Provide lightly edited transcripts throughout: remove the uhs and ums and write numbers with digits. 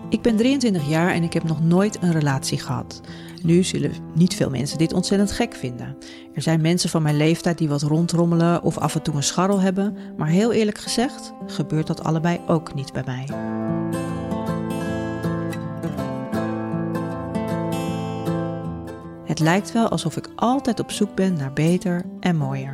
Ik ben 23 jaar en ik heb nog nooit een relatie gehad. Nu zullen niet veel mensen dit ontzettend gek vinden. Er zijn mensen van mijn leeftijd die wat rondrommelen of af en toe een scharrel hebben. Maar heel eerlijk gezegd, gebeurt dat allebei ook niet bij mij. Het lijkt wel alsof ik altijd op zoek ben naar beter en mooier.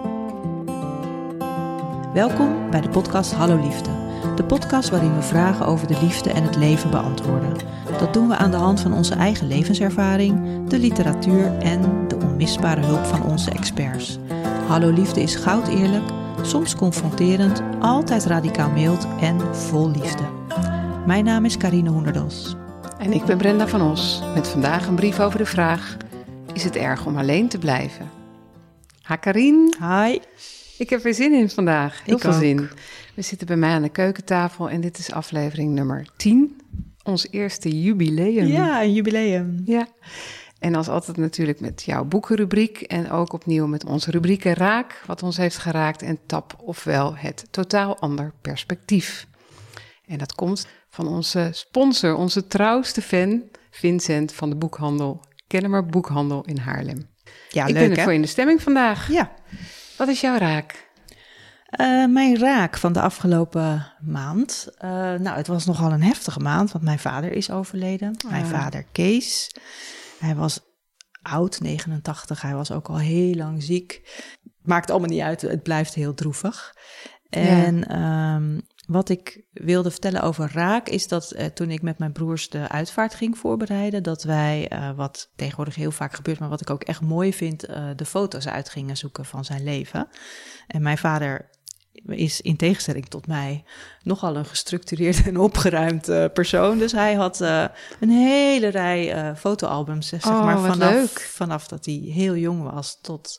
Welkom bij de podcast Hallo Liefde. De podcast waarin we vragen over de liefde en het leven beantwoorden. Dat doen we aan de hand van onze eigen levenservaring, de literatuur en de onmisbare hulp van onze experts. Hallo Liefde is goud eerlijk, soms confronterend, altijd radicaal mild en vol liefde. Mijn naam is Carine Hoenderdos. En ik ben Brenda van Os, met vandaag een brief over de vraag: is het erg om alleen te blijven? Ha Carine. Hi. Ik heb er zin in vandaag, heel veel ook. zin. We zitten bij mij aan de keukentafel en dit is aflevering nummer 10. Ons eerste jubileum. Ja, een jubileum. Ja. En als altijd natuurlijk met jouw boekenrubriek en ook opnieuw met onze rubrieken Raak, wat ons heeft geraakt, en Tap, ofwel het totaal ander perspectief. En dat komt van onze sponsor, onze trouwste fan, Vincent van de boekhandel, Kennemer Boekhandel in Haarlem. Ja, Ik leuk, ben er voor in de stemming vandaag. Ja. Wat is jouw raak? Mijn raak van de afgelopen maand. Het was nogal een heftige maand, want mijn vader is overleden. Mijn vader Kees. Hij was oud, 89. Hij was ook al heel lang ziek. Maakt allemaal niet uit, het blijft heel droevig. En wat ik wilde vertellen over raak is dat toen ik met mijn broers de uitvaart ging voorbereiden, dat wij, wat tegenwoordig heel vaak gebeurt, maar wat ik ook echt mooi vind, de foto's uit gingen zoeken van zijn leven. En mijn vader is in tegenstelling tot mij nogal een gestructureerd en opgeruimd persoon. Dus hij had een hele rij fotoalbums, zeg maar, vanaf dat hij heel jong was tot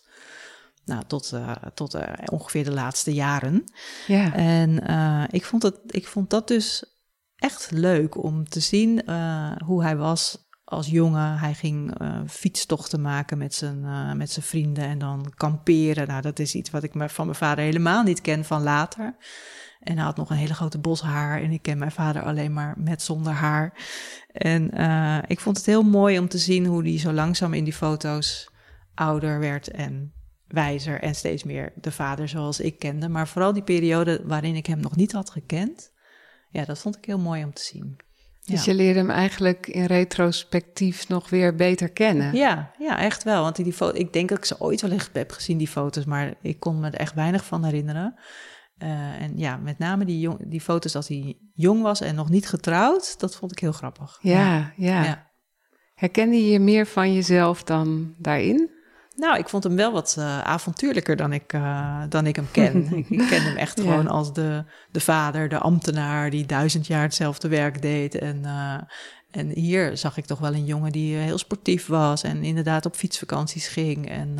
ongeveer de laatste jaren. Ja. En ik vond dat dus echt leuk om te zien hoe hij was als jongen. Hij ging fietstochten maken met zijn vrienden en dan kamperen. Nou, dat is iets wat ik van mijn vader helemaal niet ken van later. En hij had nog een hele grote bos haar en ik ken mijn vader alleen maar met zonder haar. En ik vond het heel mooi om te zien hoe hij zo langzaam in die foto's ouder werd en wijzer en steeds meer de vader zoals ik kende. Maar vooral die periode waarin ik hem nog niet had gekend, ja, dat vond ik heel mooi om te zien. Dus je leerde hem eigenlijk in retrospectief nog weer beter kennen. Ja, echt wel. Want ik denk dat ik ze ooit wel eens heb gezien, die foto's, maar ik kon me er echt weinig van herinneren. En ja, met name die foto's als hij jong was en nog niet getrouwd, dat vond ik heel grappig. Ja. Herkende je meer van jezelf dan daarin? Nou, ik vond hem wel wat avontuurlijker dan ik hem ken. Ik ken hem echt gewoon als de vader, de ambtenaar die 1000 jaar hetzelfde werk deed. En hier zag ik toch wel een jongen die heel sportief was en inderdaad op fietsvakanties ging en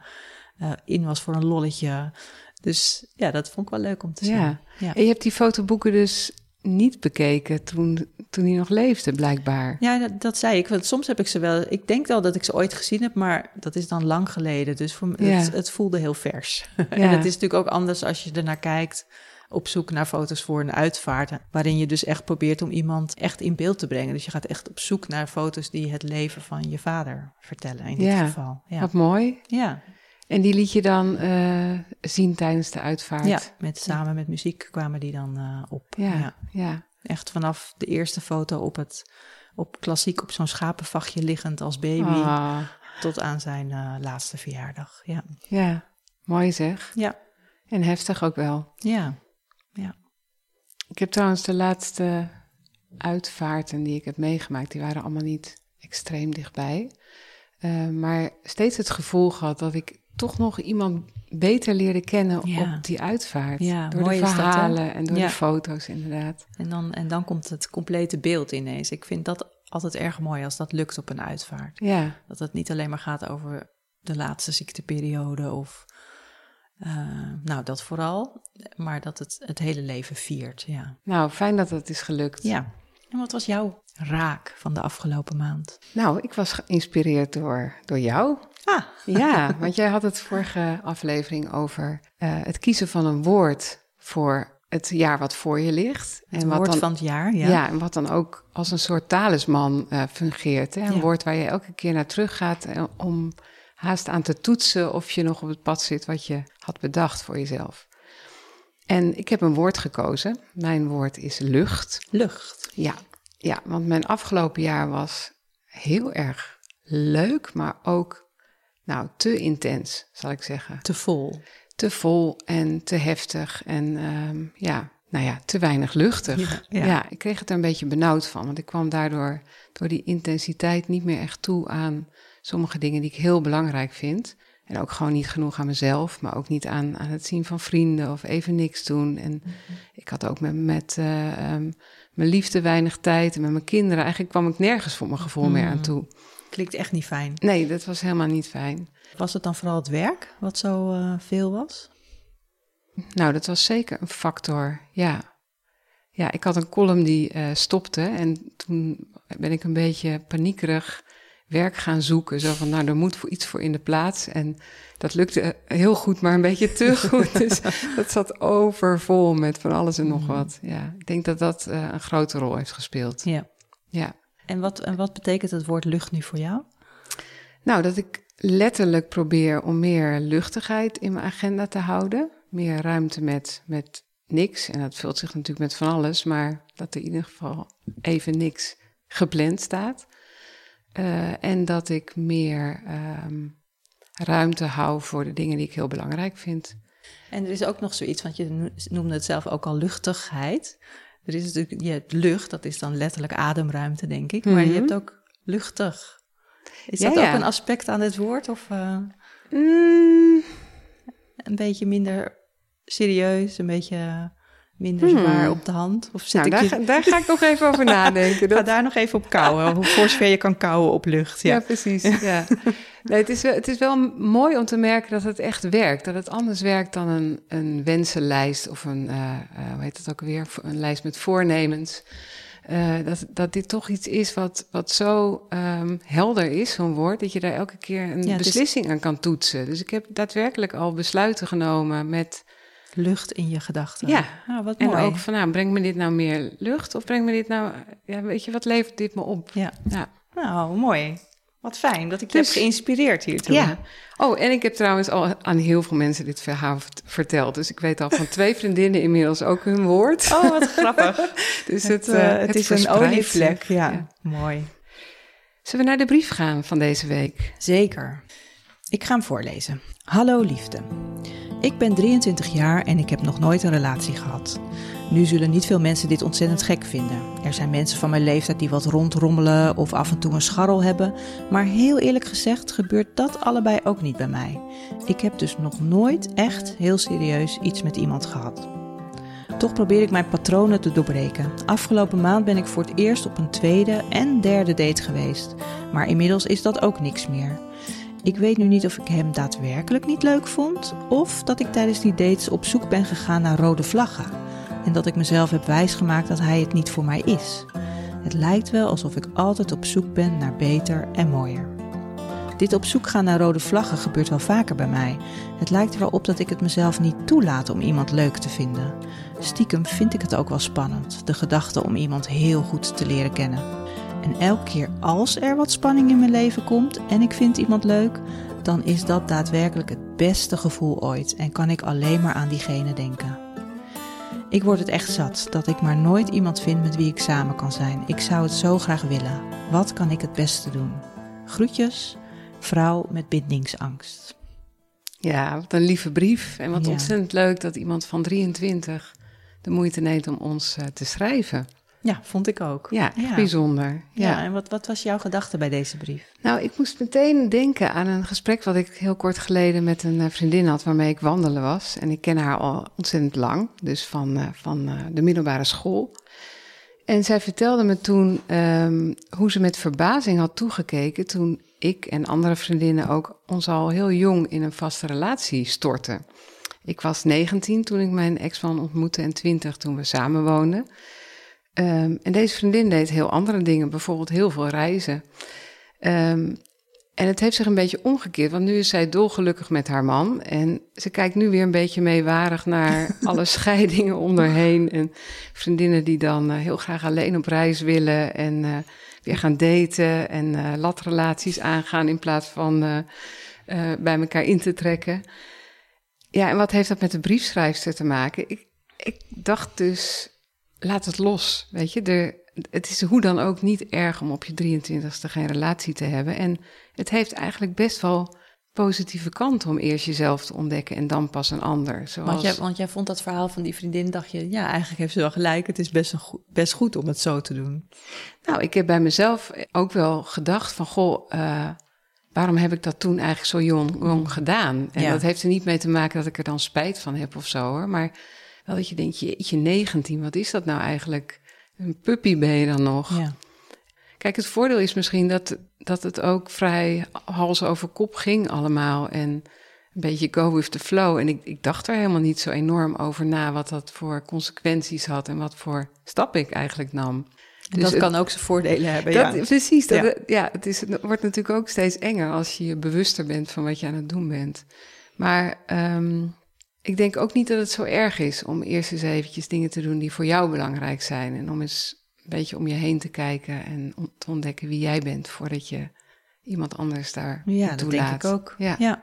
in was voor een lolletje. Dus ja, dat vond ik wel leuk om te zien. Ja. En je hebt die fotoboeken dus niet bekeken toen hij nog leefde, blijkbaar. Ja, dat zei ik. Want soms heb ik ze wel. Ik denk wel dat ik ze ooit gezien heb, maar dat is dan lang geleden. Dus voor me, het voelde heel vers. Ja. En het is natuurlijk ook anders als je ernaar kijkt, op zoek naar foto's voor een uitvaart, waarin je dus echt probeert om iemand echt in beeld te brengen. Dus je gaat echt op zoek naar foto's die het leven van je vader vertellen, in dit geval. Ja, wat mooi. Ja. En die liet je dan zien tijdens de uitvaart? Ja, samen met muziek kwamen die dan op. Ja. Echt vanaf de eerste foto op klassiek op zo'n schapenvachtje liggend als baby, tot aan zijn laatste verjaardag. Ja, mooi zeg. Ja. En heftig ook wel. Ja. Ik heb trouwens de laatste uitvaarten die ik heb meegemaakt, die waren allemaal niet extreem dichtbij. Maar steeds het gevoel gehad dat ik toch nog iemand beter leerde kennen op die uitvaart. Ja, door de verhalen en door de foto's inderdaad. En dan komt het complete beeld ineens. Ik vind dat altijd erg mooi als dat lukt op een uitvaart. Ja. Dat het niet alleen maar gaat over de laatste ziekteperiode of dat vooral, maar dat het hele leven viert. Ja. Nou, fijn dat het is gelukt. Ja. En wat was jouw raak van de afgelopen maand? Nou, ik was geïnspireerd door jou. Ja, want jij had het vorige aflevering over het kiezen van een woord voor het jaar wat voor je ligt. Het en wat woord dan, van het jaar, ja. Ja, en wat dan ook als een soort talisman fungeert. Hè? Een Ja. woord waar je elke keer naar terug gaat om haast aan te toetsen of je nog op het pad zit wat je had bedacht voor jezelf. En ik heb een woord gekozen. Mijn woord is lucht. Lucht. Ja, want mijn afgelopen jaar was heel erg leuk, maar ook te intens, zal ik zeggen. Te vol. Te vol en te heftig en te weinig luchtig. Ja, ik kreeg het er een beetje benauwd van, want ik kwam daardoor door die intensiteit niet meer echt toe aan sommige dingen die ik heel belangrijk vind. En ook gewoon niet genoeg aan mezelf, maar ook niet aan het zien van vrienden of even niks doen. En ik had ook met mijn liefde weinig tijd en met mijn kinderen. Eigenlijk kwam ik nergens voor mijn gevoel meer aan toe. Klinkt echt niet fijn. Nee, dat was helemaal niet fijn. Was het dan vooral het werk wat zo veel was? Nou, dat was zeker een factor, ja. Ja, ik had een column die stopte en toen ben ik een beetje paniekerig werk gaan zoeken. Zo van, er moet iets voor in de plaats. En dat lukte heel goed, maar een beetje te goed. Dus dat zat overvol met van alles en nog wat. Ja, ik denk dat dat een grote rol heeft gespeeld. Ja. En wat betekent het woord lucht nu voor jou? Nou, dat ik letterlijk probeer om meer luchtigheid in mijn agenda te houden. Meer ruimte met niks. En dat vult zich natuurlijk met van alles. Maar dat er in ieder geval even niks gepland staat. En dat ik meer ruimte hou voor de dingen die ik heel belangrijk vind. En er is ook nog zoiets, want je noemde het zelf ook al luchtigheid. Er is natuurlijk, je hebt lucht, dat is dan letterlijk ademruimte, denk ik. Maar je hebt ook luchtig. Is dat ook een aspect aan dit woord? Of een beetje minder serieus, een beetje minder zwaar op de hand? Of zit daar ga ik nog even over nadenken. Ga daar nog even op kauwen, hoe voor zover je kan kauwen op lucht. Ja, precies. Ja. Nee, het is wel mooi om te merken dat het echt werkt. Dat het anders werkt dan een wensenlijst of hoe heet het ook alweer? Een lijst met voornemens. Dat dit toch iets is wat zo helder is, zo'n woord, dat je daar elke keer een beslissing aan kan toetsen. Dus ik heb daadwerkelijk al besluiten genomen met lucht in je gedachten. Ja, wat en mooi. ook van, brengt me dit nou meer lucht of brengt me dit nou, weet je, wat levert dit me op? Ja. Nou, mooi. Wat fijn dat ik je heb geïnspireerd hiertoe. Ja. Oh, en ik heb trouwens al aan heel veel mensen dit verhaal verteld. Dus ik weet al van 2 vriendinnen inmiddels ook hun woord. Oh, wat grappig. Dus het is een olievlek. Ja, mooi. Zullen we naar de brief gaan van deze week? Zeker. Ik ga hem voorlezen. Hallo liefde. Ik ben 23 jaar en ik heb nog nooit een relatie gehad. Nu zullen niet veel mensen dit ontzettend gek vinden. Er zijn mensen van mijn leeftijd die wat rondrommelen of af en toe een scharrel hebben. Maar heel eerlijk gezegd gebeurt dat allebei ook niet bij mij. Ik heb dus nog nooit echt heel serieus iets met iemand gehad. Toch probeer ik mijn patronen te doorbreken. Afgelopen maand ben ik voor het eerst op een 2e en 3e date geweest. Maar inmiddels is dat ook niks meer. Ik weet nu niet of ik hem daadwerkelijk niet leuk vond, of dat ik tijdens die dates op zoek ben gegaan naar rode vlaggen. En dat ik mezelf heb wijsgemaakt dat hij het niet voor mij is. Het lijkt wel alsof ik altijd op zoek ben naar beter en mooier. Dit op zoek gaan naar rode vlaggen gebeurt wel vaker bij mij. Het lijkt er wel op dat ik het mezelf niet toelaat om iemand leuk te vinden. Stiekem vind ik het ook wel spannend, de gedachte om iemand heel goed te leren kennen. En elke keer als er wat spanning in mijn leven komt en ik vind iemand leuk, dan is dat daadwerkelijk het beste gevoel ooit en kan ik alleen maar aan diegene denken. Ik word het echt zat dat ik maar nooit iemand vind met wie ik samen kan zijn. Ik zou het zo graag willen. Wat kan ik het beste doen? Groetjes, vrouw met bindingsangst. Ja, wat een lieve brief. En wat ontzettend leuk dat iemand van 23 de moeite neemt om ons te schrijven. Ja, vond ik ook. Ja, echt bijzonder. Ja, en wat was jouw gedachte bij deze brief? Nou, ik moest meteen denken aan een gesprek wat ik heel kort geleden met een vriendin had waarmee ik wandelen was. En ik ken haar al ontzettend lang, dus van de middelbare school. En zij vertelde me toen hoe ze met verbazing had toegekeken toen ik en andere vriendinnen ook ons al heel jong in een vaste relatie stortten. Ik was 19 toen ik mijn ex-man ontmoette en 20 toen we samen woonden. En deze vriendin deed heel andere dingen, bijvoorbeeld heel veel reizen. En het heeft zich een beetje omgekeerd, want nu is zij dolgelukkig met haar man. En ze kijkt nu weer een beetje meewarig naar alle scheidingen om haar heen. En vriendinnen die dan heel graag alleen op reis willen en weer gaan daten en latrelaties aangaan in plaats van bij elkaar in te trekken. Ja, en wat heeft dat met de briefschrijfster te maken? Ik dacht dus, laat het los, weet je. Het is hoe dan ook niet erg om op je 23ste geen relatie te hebben. En het heeft eigenlijk best wel positieve kanten om eerst jezelf te ontdekken en dan pas een ander. Want jij vond dat verhaal van die vriendin, dacht je, ja, eigenlijk heeft ze wel gelijk. Het is best goed om het zo te doen. Nou, ik heb bij mezelf ook wel gedacht van, waarom heb ik dat toen eigenlijk zo jong gedaan? En dat heeft er niet mee te maken dat ik er dan spijt van heb of zo, hoor. Maar wel dat je denkt, jeetje, 19, wat is dat nou eigenlijk? Een puppy ben je dan nog. Ja. Kijk, het voordeel is misschien dat het ook vrij hals over kop ging allemaal. En een beetje go with the flow. En ik dacht er helemaal niet zo enorm over na wat dat voor consequenties had en wat voor stap ik eigenlijk nam. Dus dat kan ook zijn voordelen hebben. Precies. Het wordt natuurlijk ook steeds enger als je je bewuster bent van wat je aan het doen bent. Maar ik denk ook niet dat het zo erg is om eerst eens eventjes dingen te doen die voor jou belangrijk zijn. En om eens een beetje om je heen te kijken en om te ontdekken wie jij bent voordat je iemand anders daar toelaat. Dat denk ik ook.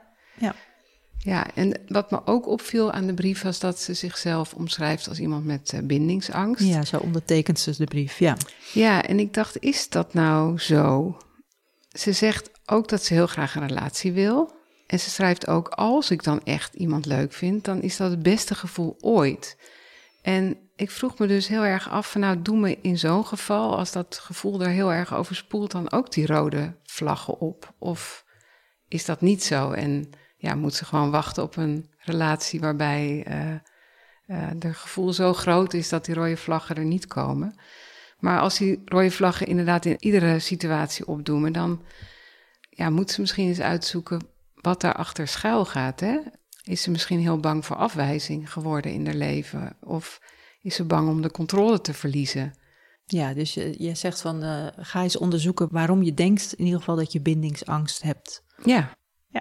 Ja, en wat me ook opviel aan de brief was dat ze zichzelf omschrijft als iemand met bindingsangst. Ja, zo ondertekent ze de brief, ja. Ja, en ik dacht, is dat nou zo? Ze zegt ook dat ze heel graag een relatie wil. En ze schrijft ook, als ik dan echt iemand leuk vind, dan is dat het beste gevoel ooit. En ik vroeg me dus heel erg af van, nou, doe me in zo'n geval, als dat gevoel er heel erg overspoelt, dan ook die rode vlaggen op? Of is dat niet zo? En ja, moet ze gewoon wachten op een relatie waarbij het gevoel zo groot is dat die rode vlaggen er niet komen? Maar als die rode vlaggen inderdaad in iedere situatie opdoemen, dan moet ze misschien eens uitzoeken wat daarachter schuil gaat, hè? Is ze misschien heel bang voor afwijzing geworden in haar leven? Of is ze bang om de controle te verliezen? Ja, dus je zegt van, ga eens onderzoeken waarom je denkt in ieder geval dat je bindingsangst hebt. Ja.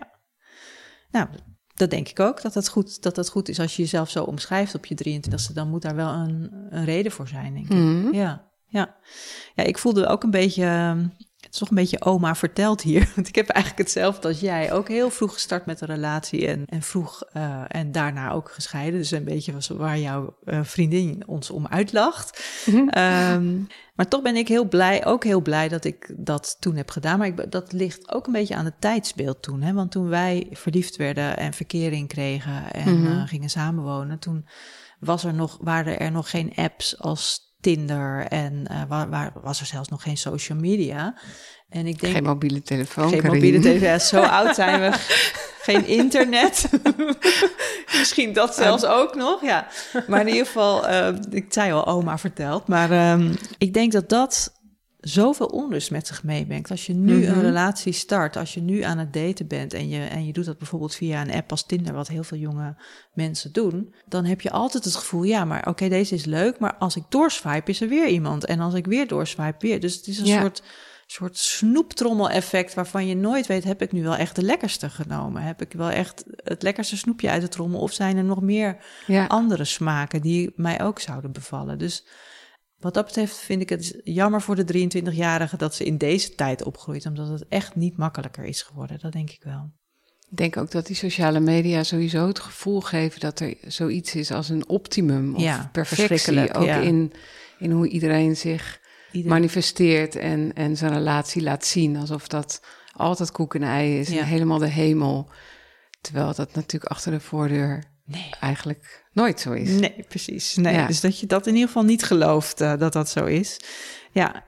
Nou, dat denk ik ook, dat het goed is als je jezelf zo omschrijft op je 23e. Dan moet daar wel een reden voor zijn, denk ik. Mm-hmm. Ja, ik voelde ook een beetje, het is toch een beetje oma verteld hier. Want ik heb eigenlijk hetzelfde als jij. Ook heel vroeg gestart met een relatie en vroeg en daarna ook gescheiden. Dus een beetje was waar jouw vriendin ons om uitlacht. Mm-hmm. Maar toch ben ik heel blij dat ik dat toen heb gedaan. Maar dat ligt ook een beetje aan het tijdsbeeld toen. Hè? Want toen wij verliefd werden en verkering kregen en gingen samenwonen, toen waren er nog geen apps als Tinder en was er zelfs nog geen social media. En ik denk, geen mobiele telefoon. Geen mobiele telefoon, zo oud zijn we. Geen internet. Misschien dat zelfs ook nog, ja. Maar in ieder geval, ik zei al, oma verteld. Maar ik denk dat zoveel onrust met zich meebrengt. Als je nu een relatie start, als je nu aan het daten bent en je doet dat bijvoorbeeld via een app als Tinder, wat heel veel jonge mensen doen, dan heb je altijd het gevoel, ja, maar oké, deze is leuk, maar als ik doorswipe is er weer iemand. En als ik weer doorswipe, weer. Dus het is een soort snoeptrommel-effect waarvan je nooit weet, heb ik nu wel echt de lekkerste genomen? Heb ik wel echt het lekkerste snoepje uit de trommel? Of zijn er nog meer andere smaken die mij ook zouden bevallen? Dus wat dat betreft vind ik het jammer voor de 23-jarige dat ze in deze tijd opgroeit, omdat het echt niet makkelijker is geworden. Dat denk ik wel. Ik denk ook dat die sociale media sowieso het gevoel geven dat er zoiets is als een optimum of perfectie. Ook in hoe iedereen zich manifesteert en zijn relatie laat zien. Alsof dat altijd koek en ei is en helemaal de hemel. Terwijl dat natuurlijk achter de voordeur eigenlijk nooit zo is. Nee, precies. Nee. Dus dat je dat in ieder geval niet gelooft dat zo is. Ja,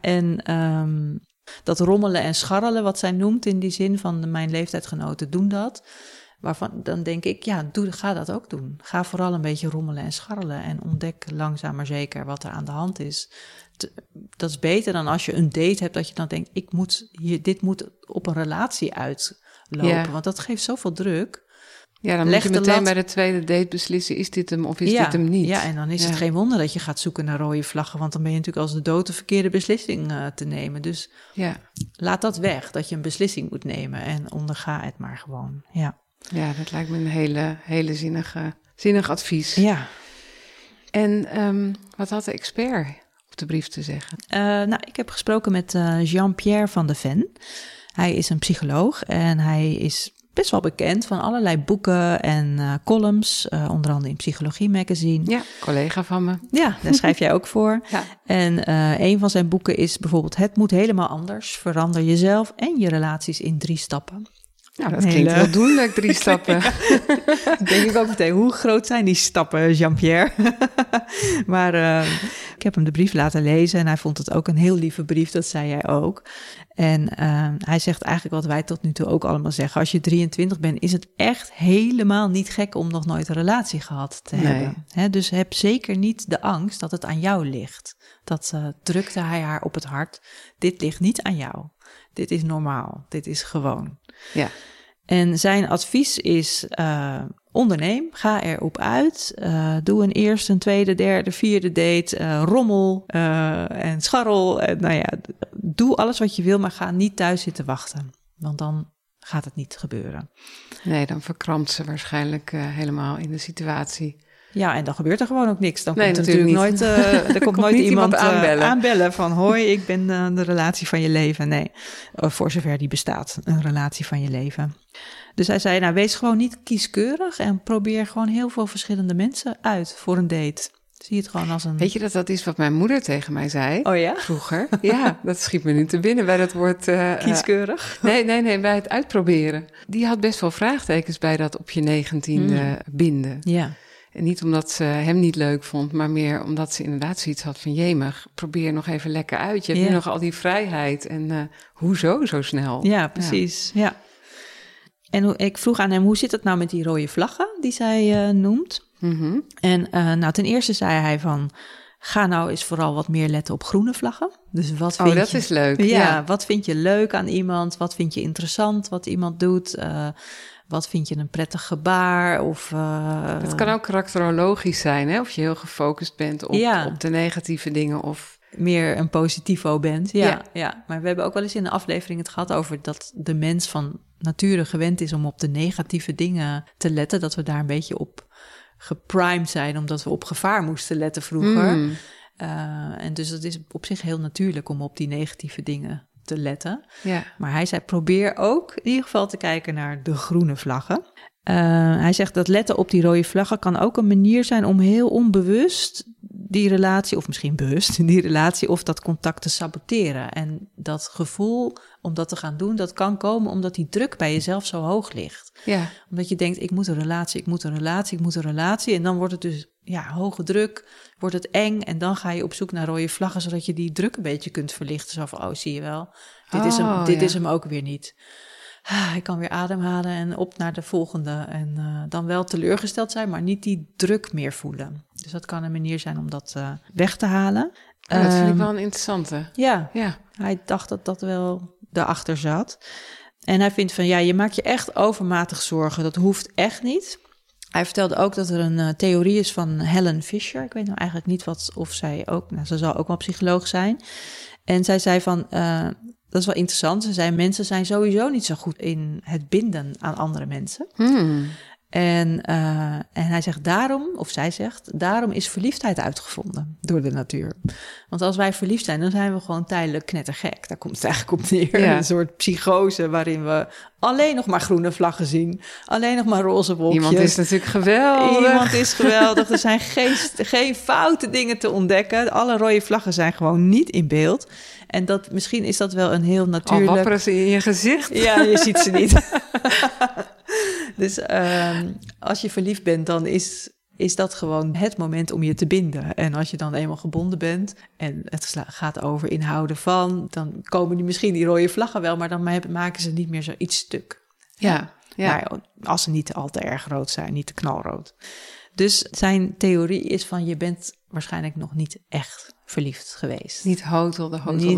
en dat rommelen en scharrelen, wat zij noemt in die zin van mijn leeftijdgenoten doen dat. Waarvan dan denk ik, ga dat ook doen. Ga vooral een beetje rommelen en scharrelen en ontdek langzaam maar zeker wat er aan de hand is. Dat is beter dan als je een date hebt dat je dan denkt, dit moet op een relatie uitlopen. Want dat geeft zoveel druk. Ja, dan moet je meteen bij de tweede date beslissen, is dit hem of is dit hem niet? Ja, en dan is het geen wonder dat je gaat zoeken naar rode vlaggen, want dan ben je natuurlijk als de dood de verkeerde beslissing te nemen. Dus laat dat weg, dat je een beslissing moet nemen en onderga het maar gewoon. Ja, dat lijkt me een hele zinnig advies. Ja. En wat had de expert op de brief te zeggen? Ik heb gesproken met Jean-Pierre van de Ven. Hij is een psycholoog en hij is best wel bekend van allerlei boeken en columns, onder andere in Psychologie Magazine. Ja, collega van me. Ja, daar schrijf jij ook voor. Ja. En een van zijn boeken is bijvoorbeeld Het moet helemaal anders. Verander jezelf en je relaties in 3 stappen. Nou, dat klinkt heel doenlijk, 3 stappen. Denk ik ook meteen, hoe groot zijn die stappen, Jean-Pierre? Maar ik heb hem de brief laten lezen en hij vond het ook een heel lieve brief, dat zei jij ook. En hij zegt eigenlijk wat wij tot nu toe ook allemaal zeggen. Als je 23 bent, is het echt helemaal niet gek om nog nooit een relatie gehad te hebben. Dus heb zeker niet de angst dat het aan jou ligt. Dat drukte hij haar op het hart. Dit ligt niet aan jou. Dit is normaal. Dit is gewoon. Ja. En zijn advies is, onderneem, ga erop uit. Doe een eerste, een tweede, derde, vierde date. Rommel en scharrel. Doe alles wat je wil, maar ga niet thuis zitten wachten. Want dan gaat het niet gebeuren. Nee, dan verkrampt ze waarschijnlijk helemaal in de situatie. Ja, en dan gebeurt er gewoon ook niks. Dan komt er natuurlijk nooit, er komt nooit iemand aanbellen van hoi, ik ben de relatie van je leven. Nee, voor zover die bestaat, een relatie van je leven. Dus hij zei, wees gewoon niet kieskeurig en probeer gewoon heel veel verschillende mensen uit voor een date. Zie het gewoon als een... Weet je dat is wat mijn moeder tegen mij zei? Oh ja? Vroeger. Ja, dat schiet me nu te binnen bij dat woord... kieskeurig? Nee, bij het uitproberen. Die had best wel vraagtekens bij dat op je 19e binden. Ja. En niet omdat ze hem niet leuk vond, maar meer omdat ze inderdaad zoiets had van... jemig, probeer nog even lekker uit. Je hebt nu nog al die vrijheid. En hoezo zo snel? Ja, precies. Ja. En ik vroeg aan hem, hoe zit het nou met die rode vlaggen die zij noemt? Mm-hmm. En ten eerste zei hij van... Ga nou eens vooral wat meer letten op groene vlaggen. Dus wat vind dat is leuk. Ja, wat vind je leuk aan iemand? Wat vind je interessant wat iemand doet? Wat vind je een prettig gebaar? Het kan ook karakterologisch zijn, hè? Of je heel gefocust bent op de negatieve dingen of... meer een positivo bent, ja. Maar we hebben ook wel eens in de aflevering het gehad over dat de mens van nature gewend is om op de negatieve dingen te letten. Dat we daar een beetje op geprimed zijn, omdat we op gevaar moesten letten vroeger. En dus het is op zich heel natuurlijk om op die negatieve dingen te letten. Ja. Maar hij zei, probeer ook in ieder geval te kijken naar de groene vlaggen. Hij zegt dat letten op die rode vlaggen kan ook een manier zijn om heel onbewust die relatie, of misschien bewust die relatie of dat contact te saboteren. En dat gevoel om dat te gaan doen, dat kan komen omdat die druk bij jezelf zo hoog ligt. Ja. Omdat je denkt, ik moet een relatie. En dan wordt het dus hoge druk, wordt het eng. En dan ga je op zoek naar rode vlaggen, zodat je die druk een beetje kunt verlichten. Zo van, zie je wel, dit is hem ook weer niet. Ik kan weer ademhalen en op naar de volgende. En dan wel teleurgesteld zijn, maar niet die druk meer voelen. Dus dat kan een manier zijn om dat weg te halen. Dat vind ik wel een interessante. Ja, hij dacht dat dat wel erachter zat. En hij vindt van, je maakt je echt overmatig zorgen. Dat hoeft echt niet. Hij vertelde ook dat er een theorie is van Helen Fisher. Ik weet nou eigenlijk niet of zij ook... ze zal ook wel psycholoog zijn. En zij zei van... dat is wel interessant. Ze zei, mensen zijn sowieso niet zo goed in het binden aan andere mensen. En hij zegt daarom is verliefdheid uitgevonden door de natuur. Want als wij verliefd zijn, dan zijn we gewoon tijdelijk knettergek. Daar komt het eigenlijk op neer. Ja. Een soort psychose waarin we alleen nog maar groene vlaggen zien. Alleen nog maar roze wolkjes. Iemand is natuurlijk geweldig. Er zijn geen foute dingen te ontdekken. Alle rode vlaggen zijn gewoon niet in beeld. En misschien is dat wel een heel natuurlijk... Al wapperen ze in je gezicht. Ja, je ziet ze niet. Dus als je verliefd bent, dan is dat gewoon het moment om je te binden. En als je dan eenmaal gebonden bent en het gaat over inhouden van... dan komen misschien die rode vlaggen wel, maar dan maken ze niet meer zoiets stuk. Ja. Maar als ze niet al te erg rood zijn, niet te knalrood. Dus zijn theorie is van, je bent waarschijnlijk nog niet echt verliefd geweest. Niet hotel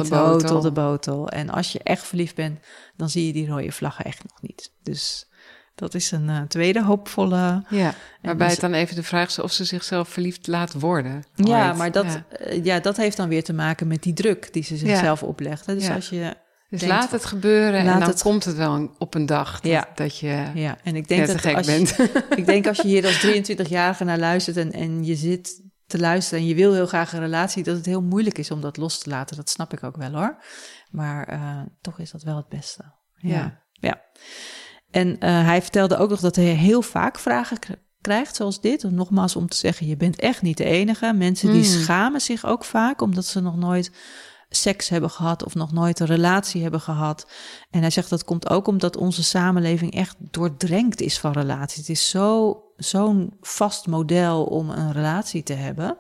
de botel. En als je echt verliefd bent, dan zie je die rode vlaggen echt nog niet. Dus Dat is een tweede hoopvolle... Ja, waarbij het dan even de vraag is of ze zichzelf verliefd laat worden. Ja, ooit. maar dat heeft dan weer te maken met die druk die ze zichzelf oplegt. Hè? Dus als je... Dus denkt, laat het gebeuren en dan komt het wel op een dag dat je en ik denk dat gek bent. Ik denk als je hier als 23-jarige naar luistert en je zit te luisteren en je wil heel graag een relatie, dat het heel moeilijk is om dat los te laten. Dat snap ik ook wel hoor. Maar toch is dat wel het beste. Ja. En hij vertelde ook nog dat hij heel vaak vragen krijgt zoals dit. Nogmaals om te zeggen, je bent echt niet de enige. Mensen die schamen zich ook vaak omdat ze nog nooit seks hebben gehad of nog nooit een relatie hebben gehad. En hij zegt dat komt ook omdat onze samenleving echt doordrenkt is van relaties. Het is zo'n vast model om een relatie te hebben.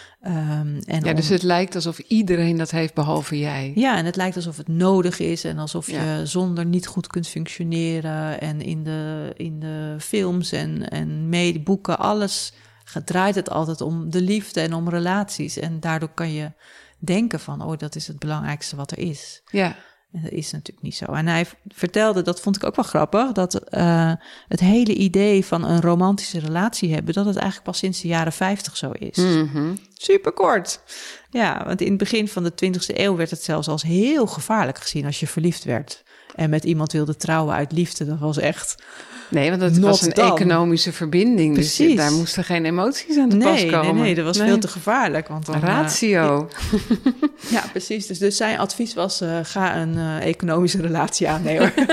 Dus het lijkt alsof iedereen dat heeft behalve jij. Ja, en het lijkt alsof het nodig is en alsof je zonder niet goed kunt functioneren. En in de films en boeken, alles draait het altijd om de liefde en om relaties. En daardoor kan je denken van, dat is het belangrijkste wat er is. Ja. En dat is natuurlijk niet zo. En hij vertelde, dat vond ik ook wel grappig, dat het hele idee van een romantische relatie hebben, dat het eigenlijk pas sinds de jaren 50 zo is. Mm-hmm. Super kort. Ja, want in het begin van de 20e eeuw werd het zelfs als heel gevaarlijk gezien als je verliefd werd en met iemand wilde trouwen uit liefde. Dat was echt... Nee, want het was een economische verbinding. Precies. Dus daar moesten geen emoties aan te pas komen. Nee, dat was veel te gevaarlijk. Want dan, ratio. Ja, precies. Dus zijn advies was, ga een economische relatie aan. Nee hoor.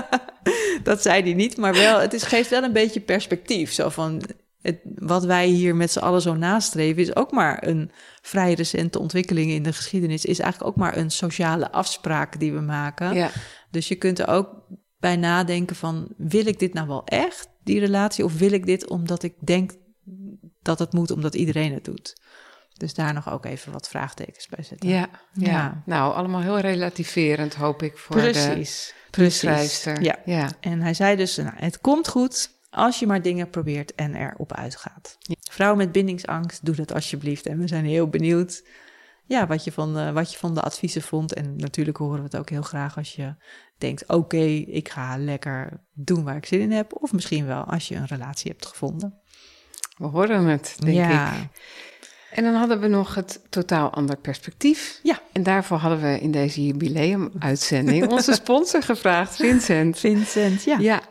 Dat zei hij niet, maar wel, geeft wel een beetje perspectief. Zo van, wat wij hier met z'n allen zo nastreven is ook maar een vrij recente ontwikkeling in de geschiedenis. Is eigenlijk ook maar een sociale afspraak die we maken. Ja. Dus je kunt er ook bij nadenken van, wil ik dit nou wel echt, die relatie? Of wil ik dit omdat ik denk dat het moet, omdat iedereen het doet? Dus daar nog ook even wat vraagtekens bij zetten. Ja. Nou, allemaal heel relativerend, hoop ik, voor de schrijfster. Ja. En hij zei dus, het komt goed als je maar dingen probeert en erop uitgaat. Ja. Vrouw met bindingsangst, doe dat alsjeblieft. En we zijn heel benieuwd wat je van de adviezen vond. En natuurlijk horen we het ook heel graag als je denkt, oké, ik ga lekker doen waar ik zin in heb. Of misschien wel als je een relatie hebt gevonden. We horen het, denk ik. En dan hadden we nog het totaal ander perspectief. Ja. En daarvoor hadden we in deze jubileumuitzending onze sponsor gevraagd, Vincent. Vincent, Ja.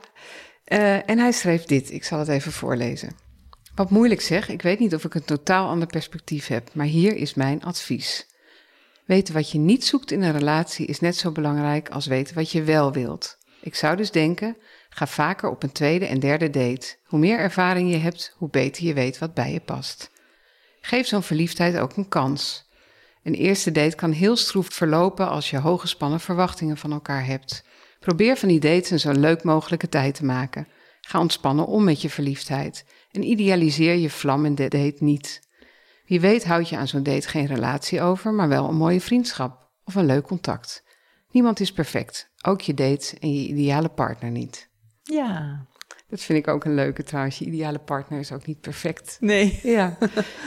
En hij schreef dit, ik zal het even voorlezen. Wat moeilijk zeg, ik weet niet of ik een totaal ander perspectief heb, maar hier is mijn advies. Weten wat je niet zoekt in een relatie is net zo belangrijk als weten wat je wel wilt. Ik zou dus denken, ga vaker op een tweede en derde date. Hoe meer ervaring je hebt, hoe beter je weet wat bij je past. Geef zo'n verliefdheid ook een kans. Een eerste date kan heel stroef verlopen als je hooggespannen verwachtingen van elkaar hebt. Probeer van die dates een zo leuk mogelijke tijd te maken. Ga ontspannen om met je verliefdheid en idealiseer je vlammende date niet. Wie weet houd je aan zo'n date geen relatie over, maar wel een mooie vriendschap of een leuk contact. Niemand is perfect, ook je dates en je ideale partner niet. Ja. Dat vind ik ook een leuke trouwens, je ideale partner is ook niet perfect. Nee. Ja.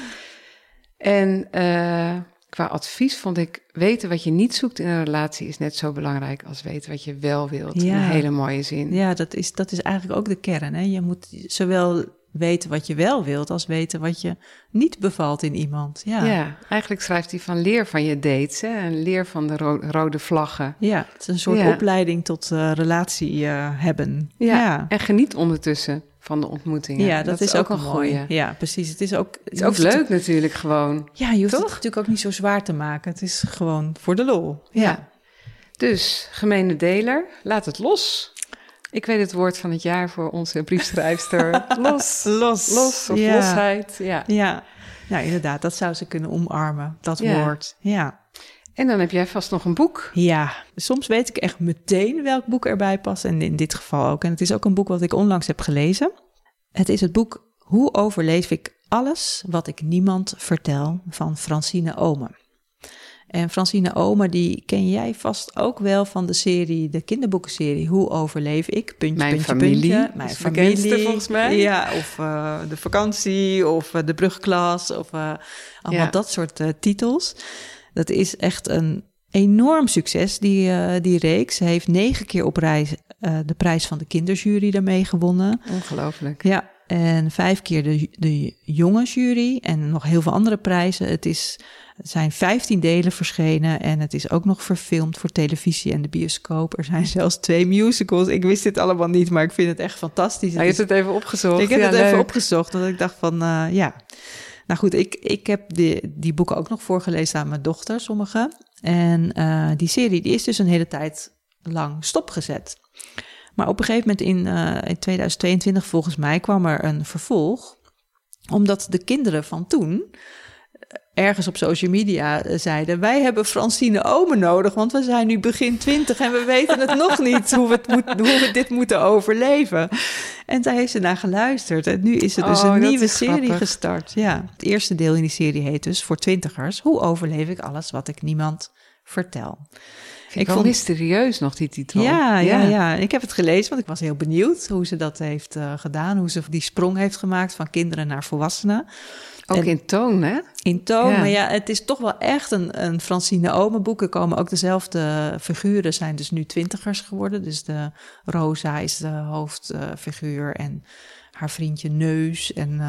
En qua advies vond ik, weten wat je niet zoekt in een relatie is net zo belangrijk als weten wat je wel wilt. Ja. Een hele mooie zin. Ja, dat is eigenlijk ook de kern. Hè? Je moet zowel weten wat je wel wilt als weten wat je niet bevalt in iemand. Ja, eigenlijk schrijft hij van leer van je dates, hè? En leer van de rode vlaggen. Ja, het is een soort opleiding tot relatie hebben. Ja, en geniet ondertussen van de ontmoetingen. Ja, dat is ook een goeie. Ja, precies. Het is ook leuk natuurlijk gewoon. Ja, je hoeft het natuurlijk ook niet zo zwaar te maken. Het is gewoon voor de lol. Ja. Dus, gemene deler, laat het los. Ik weet het woord van het jaar voor onze briefschrijfster. Los of losheid. Ja, nou inderdaad, dat zou ze kunnen omarmen, dat woord. Ja. En dan heb jij vast nog een boek. Ja, soms weet ik echt meteen welk boek erbij past. En in dit geval ook. En het is ook een boek wat ik onlangs heb gelezen. Het is het boek Hoe overleef ik alles wat ik niemand vertel van Francine Omen. En Francine Omen, die ken jij vast ook wel van de serie, de kinderboekenserie Hoe overleef ik? Mijn familie. Mijn familie, volgens mij. Ja, of de vakantie, of de brugklas, of allemaal dat soort titels. Dat is echt een enorm succes, die reeks. Ze heeft 9 keer op rij de prijs van de kinderjury daarmee gewonnen. Ongelooflijk. Ja, en 5 keer de jonge jury en nog heel veel andere prijzen. Het zijn 15 delen verschenen en het is ook nog verfilmd voor televisie en de bioscoop. Er zijn zelfs 2 musicals. Ik wist dit allemaal niet, maar ik vind het echt fantastisch. Je hebt het even opgezocht. Ik heb het even opgezocht, want ik dacht van, ja. Nou goed, ik heb die boeken ook nog voorgelezen aan mijn dochter, sommige. En die serie die is dus een hele tijd lang stopgezet. Maar op een gegeven moment in 2022 volgens mij kwam er een vervolg. Omdat de kinderen van toen ergens op social media zeiden... wij hebben Francine Omen nodig, want we zijn nu begin 20... en we weten het nog niet hoe we dit moeten overleven. En daar heeft ze naar geluisterd. En nu is er dus een nieuwe serie gestart. Ja, het eerste deel in die serie heet dus voor twintigers... Hoe overleef ik alles wat ik niemand vertel? Ik vond mysterieus nog die titel. Ja. Ik heb het gelezen, want ik was heel benieuwd hoe ze dat heeft gedaan. Hoe ze die sprong heeft gemaakt van kinderen naar volwassenen. Ook in toon, hè? In toon, maar ja, het is toch wel echt een Francine Omen boek. Er komen ook dezelfde figuren, zijn dus nu twintigers geworden. Dus de Rosa is de hoofdfiguur en haar vriendje Neus. En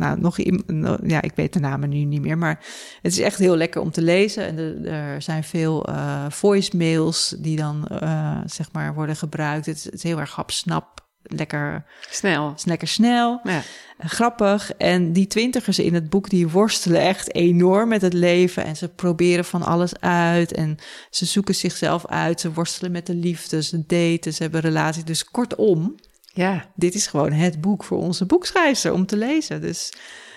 ik weet de namen nu niet meer. Maar het is echt heel lekker om te lezen. En er zijn veel voicemails die dan zeg maar worden gebruikt. Het is heel erg hapsnap. Lekker snel. Ja. Grappig. En die twintigers in het boek, die worstelen echt enorm met het leven. En ze proberen van alles uit. En ze zoeken zichzelf uit. Ze worstelen met de liefde. Ze daten. Ze hebben relaties. Dus kortom, dit is gewoon het boek voor onze boekschrijfster om te lezen. Dus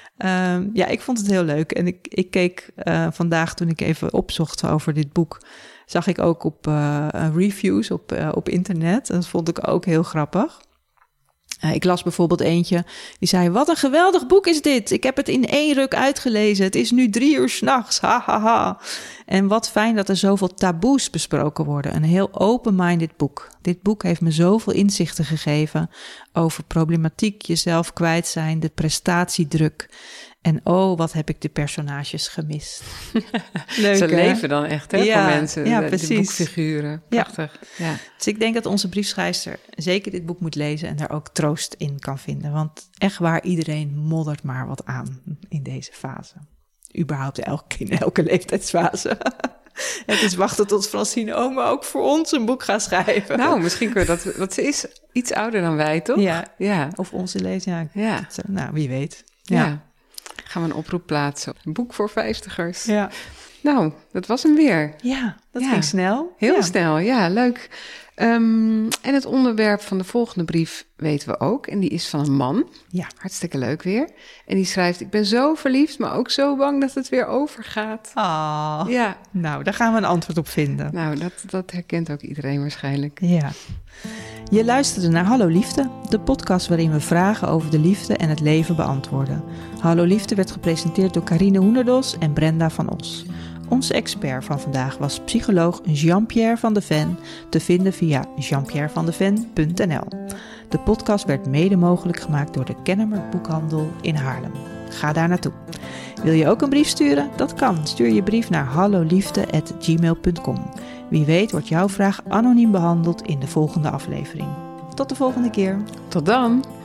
ik vond het heel leuk. En ik keek vandaag, toen ik even opzocht over dit boek, zag ik ook op reviews op internet. Dat vond ik ook heel grappig. Ik las bijvoorbeeld eentje die zei: wat een geweldig boek is dit. Ik heb het in 1 ruk uitgelezen. Het is nu 3 uur 's nachts. Ha, ha, ha. En wat fijn dat er zoveel taboes besproken worden. Een heel open-minded boek. Dit boek heeft me zoveel inzichten gegeven over problematiek, jezelf kwijt zijn, de prestatiedruk. En wat heb ik de personages gemist. Leuk, ze leven dan echt, hè, voor mensen. Ja, precies. De boekfiguren. Prachtig. Ja. Dus ik denk dat onze briefschrijfster zeker dit boek moet lezen en daar ook troost in kan vinden. Want echt waar, iedereen moddert maar wat aan in deze fase. Überhaupt in elke leeftijdsfase. Het is wachten tot Francine Omen ook voor ons een boek gaat schrijven. Nou, misschien kun je dat... Want ze is iets ouder dan wij, toch? Ja. Of onze leeftijd. Ja. Nou, wie weet. Ja. Gaan we een oproep plaatsen. Een boek voor 50ers. Ja. Nou, dat was hem weer. Ja, dat ging snel. Heel snel, leuk. En het onderwerp van de volgende brief weten we ook. En die is van een man. Ja. Hartstikke leuk weer. En die schrijft: ik ben zo verliefd, maar ook zo bang dat het weer overgaat. Ja. Nou, daar gaan we een antwoord op vinden. Nou, dat herkent ook iedereen waarschijnlijk. Ja. Je luisterde naar Hallo Liefde, de podcast waarin we vragen over de liefde en het leven beantwoorden. Hallo Liefde werd gepresenteerd door Carine Hoenderdos en Brenda van Os. Onze expert van vandaag was psycholoog Jean-Pierre van de Ven, te vinden via jeanpierrevandeven.nl. De podcast werd mede mogelijk gemaakt door de Kennemer Boekhandel in Haarlem. Ga daar naartoe. Wil je ook een brief sturen? Dat kan. Stuur je brief naar halloliefde@gmail.com. Wie weet wordt jouw vraag anoniem behandeld in de volgende aflevering. Tot de volgende keer. Tot dan!